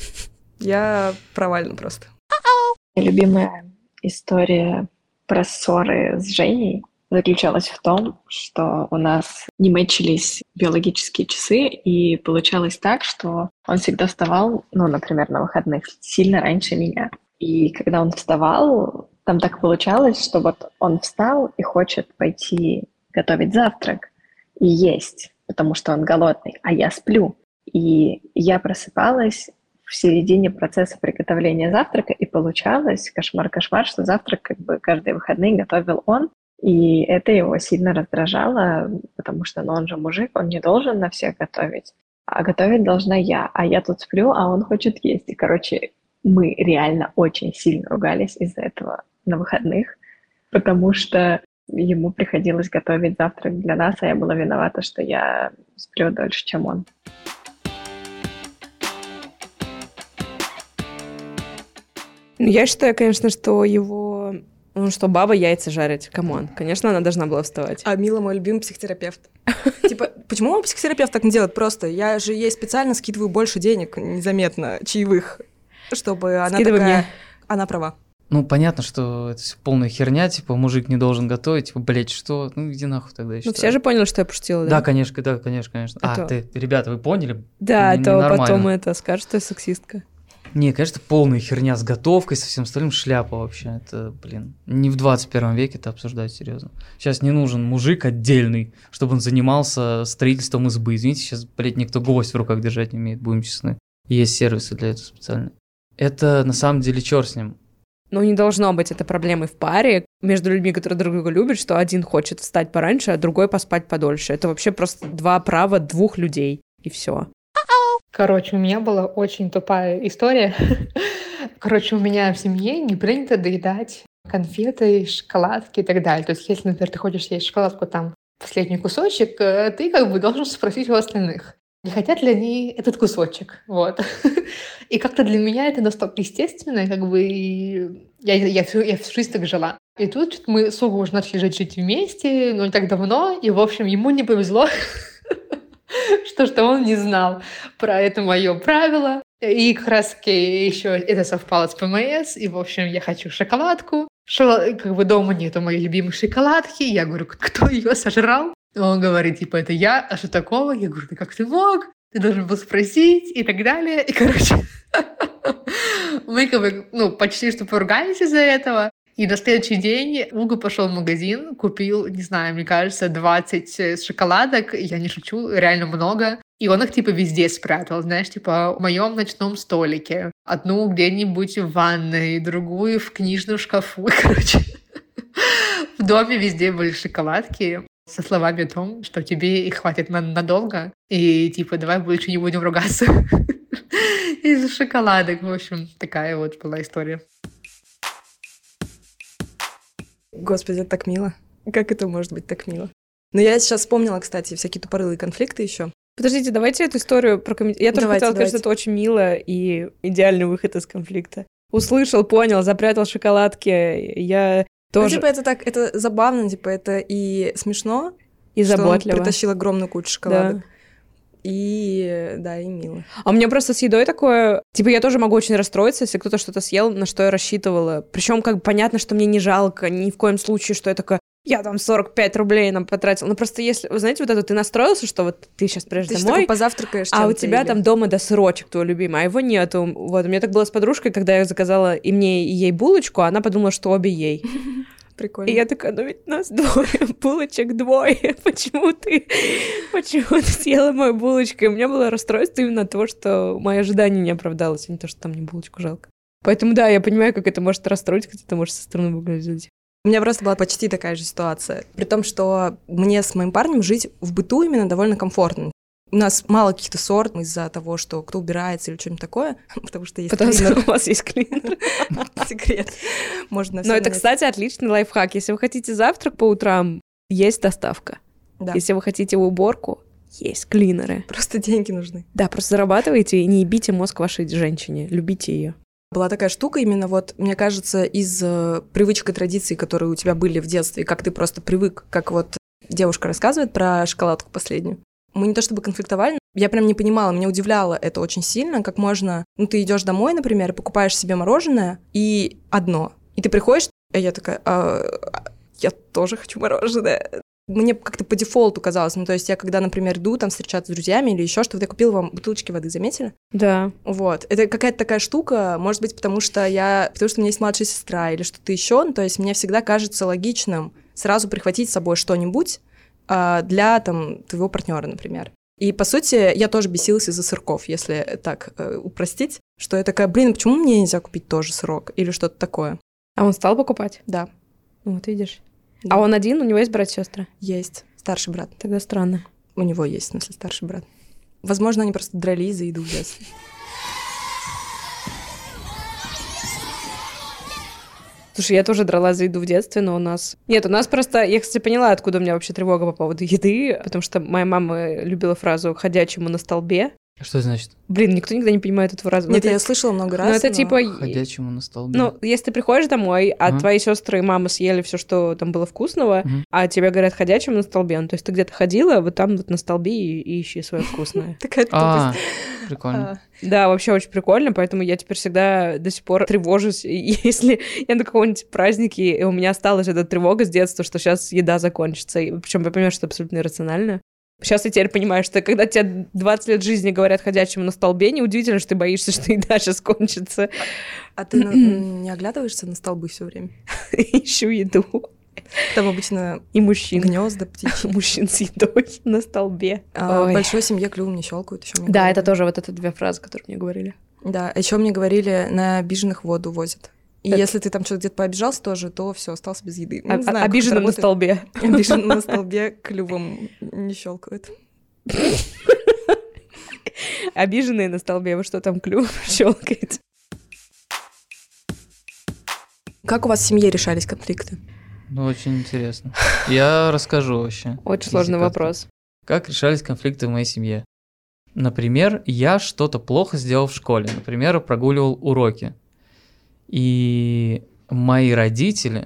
Я провальна просто. Любимая история про ссоры с Женей заключалась в том, что у нас не мэчились биологические часы, и получалось так, что он всегда вставал, например, на выходных сильно раньше меня. И когда он вставал, там так получалось, что он встал и хочет пойти готовить завтрак и есть, потому что он голодный, а я сплю. И я просыпалась в середине процесса приготовления завтрака, и получалось кошмар-кошмар, что завтрак каждые выходные готовил он, и это его сильно раздражало, потому что он же мужик, он не должен на всех готовить, а готовить должна я, а я тут сплю, а он хочет есть. И, Мы реально очень сильно ругались из-за этого на выходных, потому что ему приходилось готовить завтрак для нас, а я была виновата, что я сплю дольше, чем он. Я считаю, конечно, что его... Ну что, баба яйца жарить? Камон. Конечно, она должна была вставать. А Мила мой любимый психотерапевт. Типа, почему психотерапевт так не делает просто? Я же ей специально скидываю больше денег, незаметно, чаевых, чтобы она такая... Она права. Ну, понятно, что это все полная херня, типа, мужик не должен готовить, типа, блять, что? Ну, иди нахуй тогда, я Ну, считаю. все же поняли, что я пошутила, да? Да, конечно. А то- Ребята, вы поняли? Да, Не- то ненормально. потом это скажут, что я сексистка. Не, конечно, полная херня с готовкой, со всем остальным шляпа вообще. Это, не в 21 веке это обсуждать, серьезно. Сейчас не нужен мужик отдельный, чтобы он занимался строительством избы. Извините, сейчас, никто гвоздь в руках держать не умеет, будем честны. Есть сервисы для этого специально. Это, на самом деле, черт с ним. Ну, не должно быть это проблемой в паре между людьми, которые друг друга любят, что один хочет встать пораньше, а другой поспать подольше. Это вообще просто два права двух людей, и все. Короче, у меня была очень тупая история. Короче, у меня в семье не принято доедать конфеты, шоколадки и так далее. То есть, если, например, ты хочешь съесть шоколадку, там, последний кусочек, ты как бы должен спросить у остальных, не хотят ли они этот кусочек. Вот. И как-то для меня это настолько естественно, как бы я всю жизнь так жила. И тут мы с Уго уже начали жить вместе, но не так давно, и, в общем, ему не повезло, что он не знал про это мое правило. И как раз еще это совпало с ПМС, и, в общем, я хочу шоколадку. Как бы дома нету моей любимой шоколадки. Я говорю, кто ее сожрал? Он говорит, типа, это я, а что такого? Я говорю, как ты мог? Ты должен был спросить и так далее. И, короче, мы как бы, почти что поругались из-за этого. И на следующий день Уго пошел в магазин, купил, не знаю, мне кажется, 20 шоколадок, я не шучу, реально много. И он их, типа, везде спрятал, знаешь, типа, в моем ночном столике. Одну где-нибудь в ванной, другую в книжном шкафу. Короче, в доме везде были шоколадки со словами о том, что тебе их хватит надолго, и, типа, давай больше не будем ругаться из-за шоколадок. В общем, такая вот была история. Господи, это так мило. Как это может быть так мило? Но я сейчас вспомнила, кстати, всякие тупорылые конфликты еще. Подождите, давайте эту историю прокомментируем. Я тоже хотела сказать, что это очень мило и идеальный выход из конфликта. Услышал, понял, запрятал шоколадки. Я тоже... Ну, типа, это так, это забавно, типа, это и смешно, и заботливо. Он притащил огромную кучу шоколадок. Да. И, да, и мило. А у меня просто с едой такое... Типа, я тоже могу очень расстроиться, если кто-то что-то съел, на что я рассчитывала. Причем как бы понятно, что мне не жалко, ни в коем случае, что я такая... Я там 45 рублей нам потратила. Ну, просто если... Вы знаете, вот это ты настроился, что вот ты сейчас приедешь домой, позавтракаешь, а у тебя там дома сырочек твой любимый, а его нету. Вот, у меня так было с подружкой, когда я заказала и мне, и ей булочку, а она подумала, что обе ей. Прикольно. И я такая, ну ведь нас двое, булочек двое, почему ты съела мою булочку? И у меня было расстройство именно от того, что мои ожидания не оправдалось, а не то, что там мне булочку жалко. Поэтому да, я понимаю, как это может расстроить, как это может со стороны выглядеть. У меня просто была почти такая же ситуация. При том, что мне с моим парнем жить в быту именно довольно комфортно. У нас мало каких-то ссор из-за того, что кто убирается или что-нибудь такое, потому что есть клинер. Потому что у вас есть клинер. Секрет. Можно. Но это, кстати, отличный лайфхак. Если вы хотите завтрак по утрам, есть доставка. Да. Если вы хотите уборку, есть клинеры. Просто деньги нужны. Да, просто зарабатывайте и не ебите мозг вашей женщине. Любите ее. Была такая штука именно вот, мне кажется, из привычек и традиций, которые у тебя были в детстве, как ты просто привык, как вот девушка рассказывает про шоколадку последнюю. Мы не то чтобы конфликтовали, я прям не понимала, меня удивляло это очень сильно, как можно... Ну, ты идешь домой, например, покупаешь себе мороженое и одно. И ты приходишь, и я такая, я тоже хочу мороженое. Мне как-то по дефолту казалось. Ну, то есть я когда, например, иду там встречаться с друзьями или еще что-то, я купила вам бутылочки воды, заметили? Да. Вот. Это какая-то такая штука, может быть, потому что у меня есть младшая сестра или что-то еще. Ну, то есть мне всегда кажется логичным сразу прихватить с собой что-нибудь для там твоего партнера, например. И, по сути, я тоже бесилась из-за сырков, если так упростить, что я такая, почему мне нельзя купить тоже сырок или что-то такое? А он стал покупать? Да. Вот видишь. Да. А он один? У него есть брат-сестры? Есть. Старший брат. Тогда странно. У него есть, в смысле, старший брат. Возможно, они просто дрались за еду в детстве. Слушай, я тоже драла за еду в детстве, но у нас... Нет, у нас просто... Я, кстати, поняла, откуда у меня вообще тревога по поводу еды, потому что моя мама любила фразу «ходячему на столбе». Что это значит? Блин, никто никогда не понимает эту фразу. Нет, я слышала много раз. Но это типа... Ходячему на столбе. Ну, если ты приходишь домой, а твои сестры и мама съели все, что там было вкусного, а тебе говорят «ходячему на столбе», ну, то есть ты где-то ходила, вот там вот на столбе и ищи свое вкусное. Такая тупость. Прикольно. Да, вообще очень прикольно, поэтому я теперь всегда до сих пор тревожусь, если я на каком-нибудь празднике, и у меня осталась эта тревога с детства, что сейчас еда закончится. Причем я понимаю, что это абсолютно иррационально. Сейчас я теперь понимаю, что когда тебе 20 лет жизни говорят «ходячему на столбе», неудивительно, что ты боишься, что еда сейчас кончится. А ты не оглядываешься на столбы все время? Ищу еду. Там обычно и мужчин. Гнезда птичьи. Мужчин с едой на столбе. В большой семье клювом не щелкают. Да, это тоже вот это 2 фразы, которые мне говорили. Да, еще мне говорили, на обиженных воду возят. И если ты там что-то где-то пообижался тоже, то все, остался без еды. Обиженным на столбе. Обиженным на столбе клювом не щелкают. Обиженные на столбе, вы что там клюв щелкаете? Как у вас в семье решались конфликты? Ну, очень интересно. Я расскажу вообще. Очень сложный вопрос. Как решались конфликты в моей семье? Например, я что-то плохо сделал в школе. Например, прогуливал уроки. И мои родители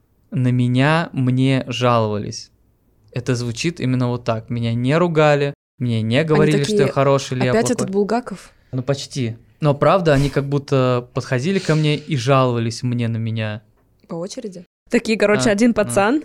мне жаловались. Это звучит именно вот так. Меня не ругали, мне не говорили, что я хороший или я плохой. Опять этот Булгаков? Ну, почти. Но правда, они как будто подходили ко мне и жаловались мне на меня. По очереди? Такие, короче, один пацан.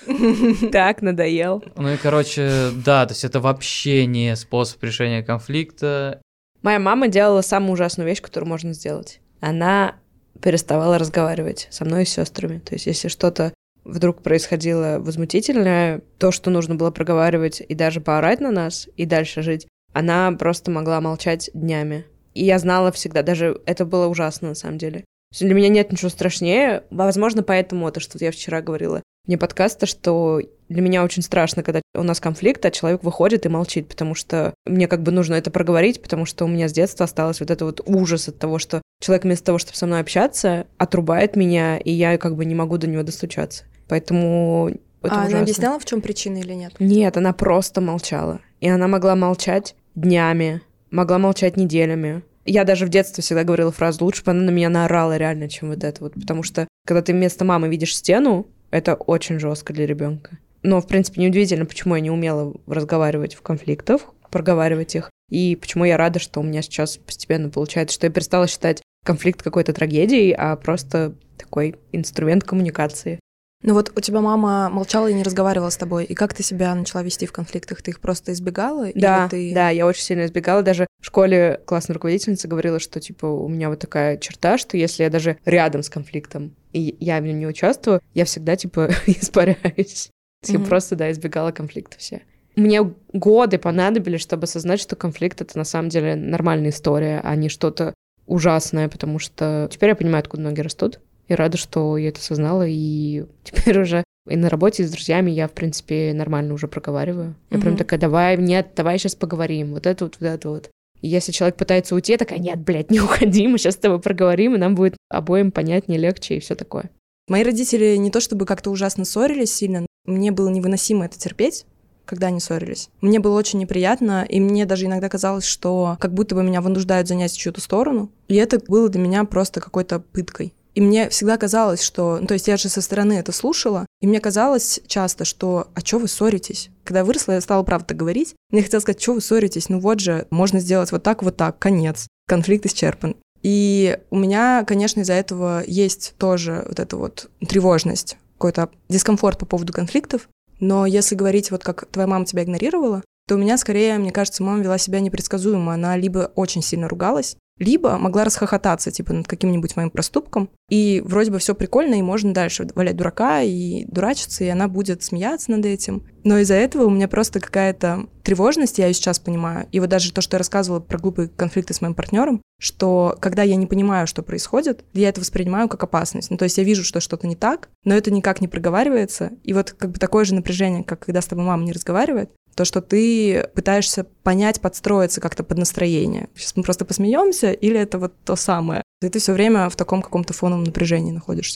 Так, надоел. Ну и, короче, да, то есть это вообще не способ решения конфликта. Моя мама делала самую ужасную вещь, которую можно сделать. Она переставала разговаривать со мной и с сестрами. То есть если что-то вдруг происходило возмутительное, то, что нужно было проговаривать и даже поорать на нас, и дальше жить, она просто могла молчать днями. И я знала всегда, даже это было ужасно на самом деле. Для меня нет ничего страшнее. Возможно, поэтому то, что я вчера говорила вне подкаста, что для меня очень страшно, когда у нас конфликт, а человек выходит и молчит, потому что мне как бы нужно это проговорить, потому что у меня с детства осталось вот это вот ужас от того, что человек вместо того, чтобы со мной общаться, отрубает меня, и я как бы не могу до него достучаться. Поэтому это ужасно. Она объясняла, в чем причина или нет? Нет, она просто молчала. И она могла молчать днями, могла молчать неделями. Я даже в детстве всегда говорила фразу «лучше бы она на меня наорала реально, чем вот это вот». Потому что, когда ты вместо мамы видишь стену, это очень жестко для ребенка. Но, в принципе, неудивительно, почему я не умела разговаривать в конфликтах, проговаривать их, и почему я рада, что у меня сейчас постепенно получается, что я перестала считать конфликт какой-то трагедией, а просто такой инструмент коммуникации. Ну вот у тебя мама молчала и не разговаривала с тобой, и как ты себя начала вести в конфликтах? Ты их просто избегала? Да, да, я очень сильно избегала. Даже в школе классная руководительница говорила, что типа у меня вот такая черта, что если я даже рядом с конфликтом, и я в нем не участвую, я всегда типа испаряюсь. Я просто, да, избегала конфликтов все. Мне годы понадобились, чтобы осознать, что конфликт — это на самом деле нормальная история, а не что-то ужасное, потому что теперь я понимаю, откуда ноги растут. И рада, что я это осознала, и теперь уже и на работе, и с друзьями я, в принципе, нормально уже проговариваю. Я прям такая: давай сейчас поговорим, вот это вот, вот это вот. И если человек пытается уйти, я такая: нет, блядь, не уходи, мы сейчас с тобой проговорим, и нам будет обоим понятнее, легче и все такое. Мои родители не то чтобы как-то ужасно ссорились сильно, мне было невыносимо это терпеть, когда они ссорились. Мне было очень неприятно, и мне даже иногда казалось, что как будто бы меня вынуждают занять чью-то сторону, и это было для меня просто какой-то пыткой. И мне всегда казалось, что... Ну, то есть я же со стороны это слушала, и мне казалось часто, что «а чё вы ссоритесь?» Когда я выросла, я стала правда говорить. Мне хотелось сказать: «Чё вы ссоритесь? Ну вот же, можно сделать вот так, конец. Конфликт исчерпан». И у меня, конечно, из-за этого есть тоже вот эта вот тревожность, какой-то дискомфорт по поводу конфликтов. Но если говорить вот как твоя мама тебя игнорировала, то у меня скорее, мне кажется, мама вела себя непредсказуемо. Она либо очень сильно ругалась, либо могла расхохотаться, типа, над каким-нибудь моим проступком, и вроде бы все прикольно, и можно дальше валять дурака и дурачиться, и она будет смеяться над этим. Но из-за этого у меня просто какая-то тревожность, я ее сейчас понимаю. И вот даже то, что я рассказывала про глупые конфликты с моим партнером, что когда я не понимаю, что происходит, я это воспринимаю как опасность. Ну, то есть я вижу, что что-то не так, но это никак не проговаривается. И вот как бы такое же напряжение, как когда с тобой мама не разговаривает, то, что ты пытаешься понять, подстроиться как-то под настроение. Сейчас мы просто посмеемся, или это вот то самое. И ты все время в таком каком-то фоновом напряжении находишься.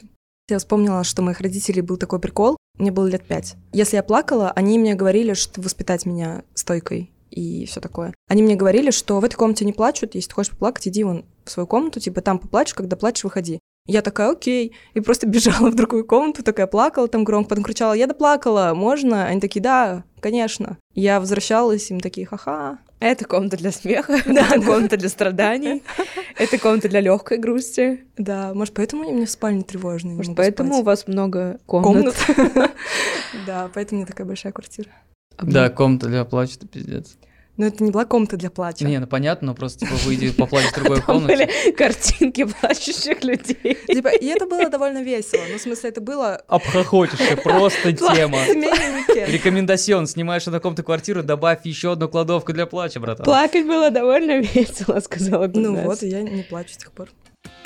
Я вспомнила, что у моих родителей был такой прикол. Мне было лет 5. Если я плакала, они мне говорили, что воспитать меня стойкой и все такое. Они мне говорили, что в этой комнате не плачут, если ты хочешь поплакать, иди вон в свою комнату, типа там поплачешь, когда плачешь, выходи. Я такая, окей, и просто бежала в другую комнату, такая плакала там громко, потом кричала, я доплакала, можно? Они такие, да, конечно. Я возвращалась, им такие, ха-ха. Это комната для смеха, это комната для страданий, это комната для легкой грусти. Да, может, поэтому они у меня в спальне тревожные. Может, поэтому у вас много комнат. Да, поэтому у меня такая большая квартира. Да, комната для плача, это пиздец. Но это не была комната для плача. Не, ну понятно, но просто, типа, выйди поплачь в другой Там комнате. были картинки плачущих людей. Типа, и это было довольно весело. Ну, в смысле, это было... Обхохочешься, просто тема. Семейный уикенд. Рекомендацион, снимаешь однокомнатную квартиру, добавь еще одну кладовку для плача, братан. Плакать было довольно весело, сказала Гульнас. Ну вот, и я не плачу с тех пор.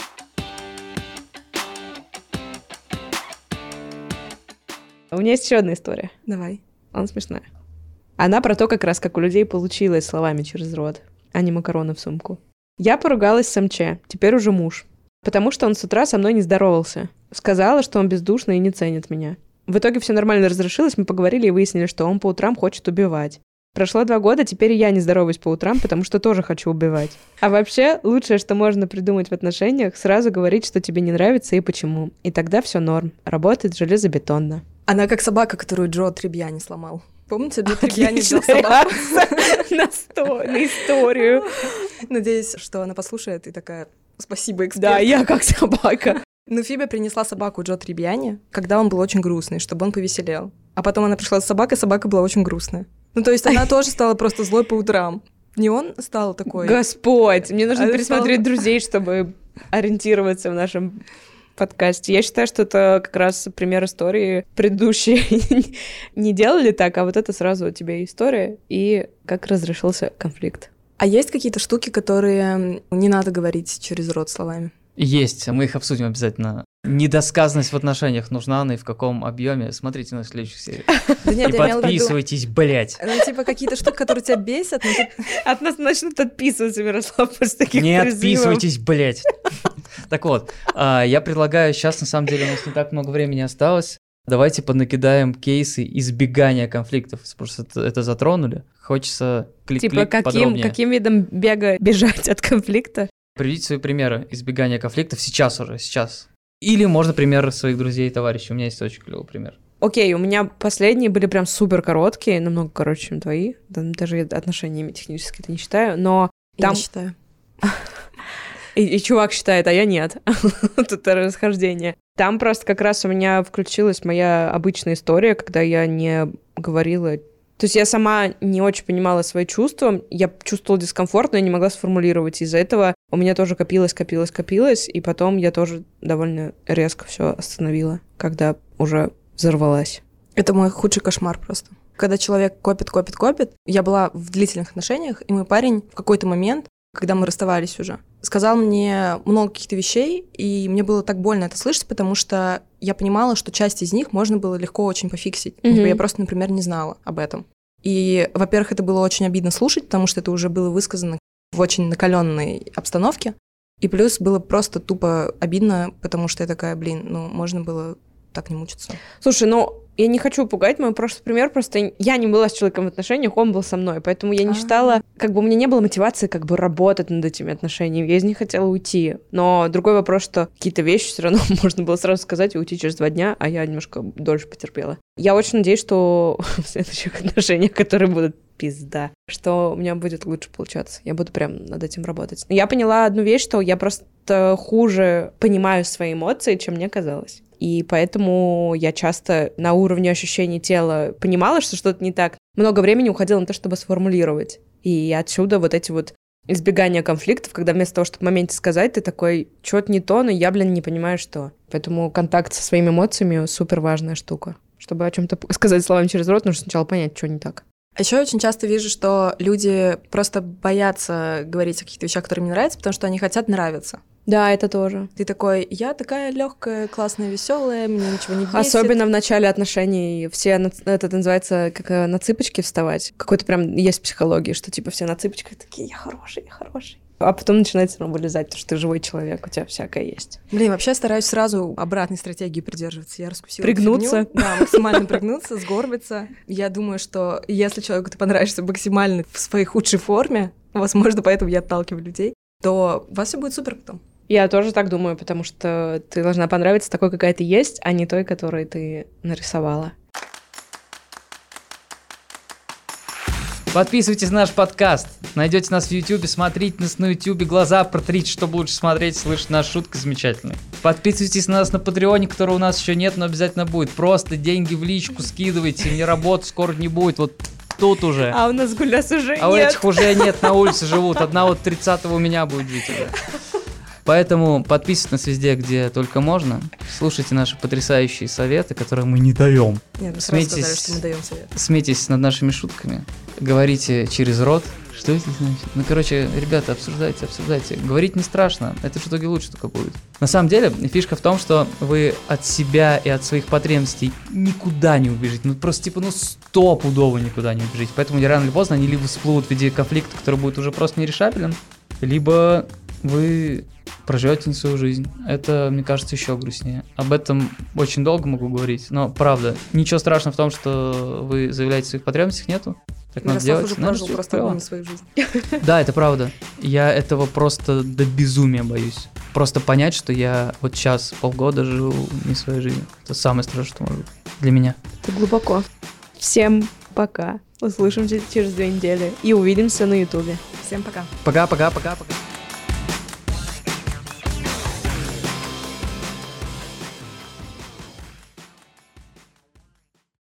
У меня есть еще одна история. Давай. Она смешная. Она про то, как раз как у людей получилось словами через рот, а не макароны в сумку. Я поругалась с МЧ, теперь уже муж, потому что он с утра со мной не здоровался. Сказала, что он бездушный и не ценит меня. В итоге все нормально разрешилось, мы поговорили и выяснили, что он по утрам хочет убивать. Прошло 2 года, теперь я не здороваюсь по утрам, потому что тоже хочу убивать. А вообще, лучшее, что можно придумать в отношениях, сразу говорить, что тебе не нравится и почему. И тогда все норм. Работает железобетонно. Она как собака, которую Джо Трибьяни сломал. Помните, Джо Трибьяни взял собаку? На историю. Надеюсь, что она послушает и такая, спасибо, эксперт. Да, я как собака. Ну, Фиби принесла собаку Джо Трибьяни, когда он был очень грустный, чтобы он повеселел. А потом она пришла с собакой, собака была очень грустная. Ну, то есть она тоже стала просто злой по утрам. Не он стал такой... Господь, мне нужно пересмотреть «Друзей», чтобы ориентироваться в нашем подкасте. Я считаю, что это как раз пример истории. Предыдущие не делали так, а вот это сразу у тебя история и как разрешился конфликт. А есть какие-то штуки, которые не надо говорить через рот словами? Есть, мы их обсудим обязательно. Недосказанность в отношениях нужна, она и в каком объеме. Смотрите на следующих сериях. Да нет, И подписывайтесь, блять. Ну, типа какие-то штуки, которые тебя бесят. От нас начнут отписываться, Мирослав, после таких Не призывов. отписывайтесь, блять. Так вот, я предлагаю, сейчас на самом деле у нас не так много времени осталось. Давайте поднакидаем кейсы избегания конфликтов, потому что это затронули. Хочется клик-клик подробнее. Каким видом бега бежать от конфликта? Приведите свои примеры избегания конфликтов сейчас. Или можно примеры своих друзей и товарищей. У меня есть очень клевый пример. Окей, у меня последние были прям супер короткие, намного короче, чем твои. Даже отношениями технически это не считаю, но там... Я считаю. И чувак считает, а я нет. Тут расхождение. Там просто как раз у меня включилась моя обычная история, когда я не говорила... То есть я сама не очень понимала свои чувства, я чувствовала дискомфорт, но я не могла сформулировать. Из-за этого у меня тоже копилось, и потом я тоже довольно резко все остановила, когда уже взорвалась. Это мой худший кошмар просто. Когда человек копит. Я была в длительных отношениях, и мой парень в какой-то момент, когда мы расставались уже, сказал мне много каких-то вещей, и мне было так больно это слышать, потому что я понимала, что часть из них можно было легко очень пофиксить. Я просто, например, не знала об этом. И, во-первых, это было очень обидно слушать, потому что это уже было высказано в очень накаленной обстановке. И плюс было просто тупо обидно, потому что я такая, можно было так не мучиться. Слушай, я не хочу пугать, мой прошлый пример, просто я не была с человеком в отношениях, он был со мной, поэтому я не считала, у меня не было мотивации работать над этими отношениями, я из них хотела уйти. Но другой вопрос, что какие-то вещи все равно можно было сразу сказать и уйти через 2 дня, а я немножко дольше потерпела. Я очень надеюсь, что в следующих отношениях, которые будут пизда, что у меня будет лучше получаться. Я буду прям над этим работать. Но я поняла одну вещь, что я просто хуже понимаю свои эмоции, чем мне казалось. И поэтому я часто на уровне ощущений тела понимала, что что-то не так. Много времени уходило на то, чтобы сформулировать. И отсюда вот эти вот избегания конфликтов, когда вместо того, чтобы в моменте сказать, ты такой, что-то не то, но я, не понимаю, что. Поэтому контакт со своими эмоциями супер важная штука. Чтобы о чем-то сказать словами через рот, нужно сначала понять, что не так. А еще очень часто вижу, что люди просто боятся говорить о каких-то вещах, которые мне нравятся, потому что они хотят нравиться. Да, это тоже. Ты такой, я такая легкая, классная, веселая, мне ничего не бесит. Особенно в начале отношений все, это называется, как на цыпочки вставать. Какой-то прям есть психология, что типа все на цыпочках такие, я хороший. А потом начинает все равно вылезать, потому что ты живой человек, у тебя всякое есть. Блин, вообще стараюсь сразу обратной стратегии придерживаться. Я раскусила Пригнуться. фигню. Да, максимально пригнуться, сгорбиться. Я думаю, что если человеку ты понравишься максимально в своей худшей форме, возможно, поэтому я отталкиваю людей, то у вас все будет супер потом. Я тоже так думаю, потому что ты должна понравиться такой, какая ты есть, а не той, которую ты нарисовала. Подписывайтесь на наш подкаст. Найдете нас в Ютубе, смотрите нас на Ютубе, глаза протрите, чтобы лучше смотреть, слышать наши шутки замечательные. Подписывайтесь на нас на Патреоне, которого у нас еще нет, но обязательно будет. Просто деньги в личку скидывайте, мне работы скоро не будет, вот тут уже. А у нас Гульнас уже нет. А у этих уже нет, на улице живут. Одна вот 30-го у меня будет жить уже. Поэтому подписывайтесь на нас везде, где только можно. Слушайте наши потрясающие советы, которые мы не даем. Нет, мы сразу сказали, что мы даем совет. Смейтесь над нашими шутками. Говорите через рот. Что это значит? Ну, короче, ребята, обсуждайте. Говорить не страшно. Это в итоге лучше только будет. На самом деле, фишка в том, что вы от себя и от своих потребностей никуда не убежите. Ну, просто, стопудово никуда не убежите. Поэтому рано или поздно они либо всплывут в виде конфликта, который будет уже просто нерешабелен, либо вы проживете не свою жизнь. Это, мне кажется, еще грустнее. Об этом очень долго могу говорить, но правда, ничего страшного в том, что вы заявляете о своих потребностях, нету. Так надо делать. Уже прожил просто не свою жизнь. Да, это правда. Я этого просто до безумия боюсь. Просто понять, что я вот сейчас полгода живу не своей жизнью. Это самое страшное, что может быть для меня. Это глубоко. Всем пока. Услышимся через 2 недели и увидимся на Ютубе. Всем пока. Пока.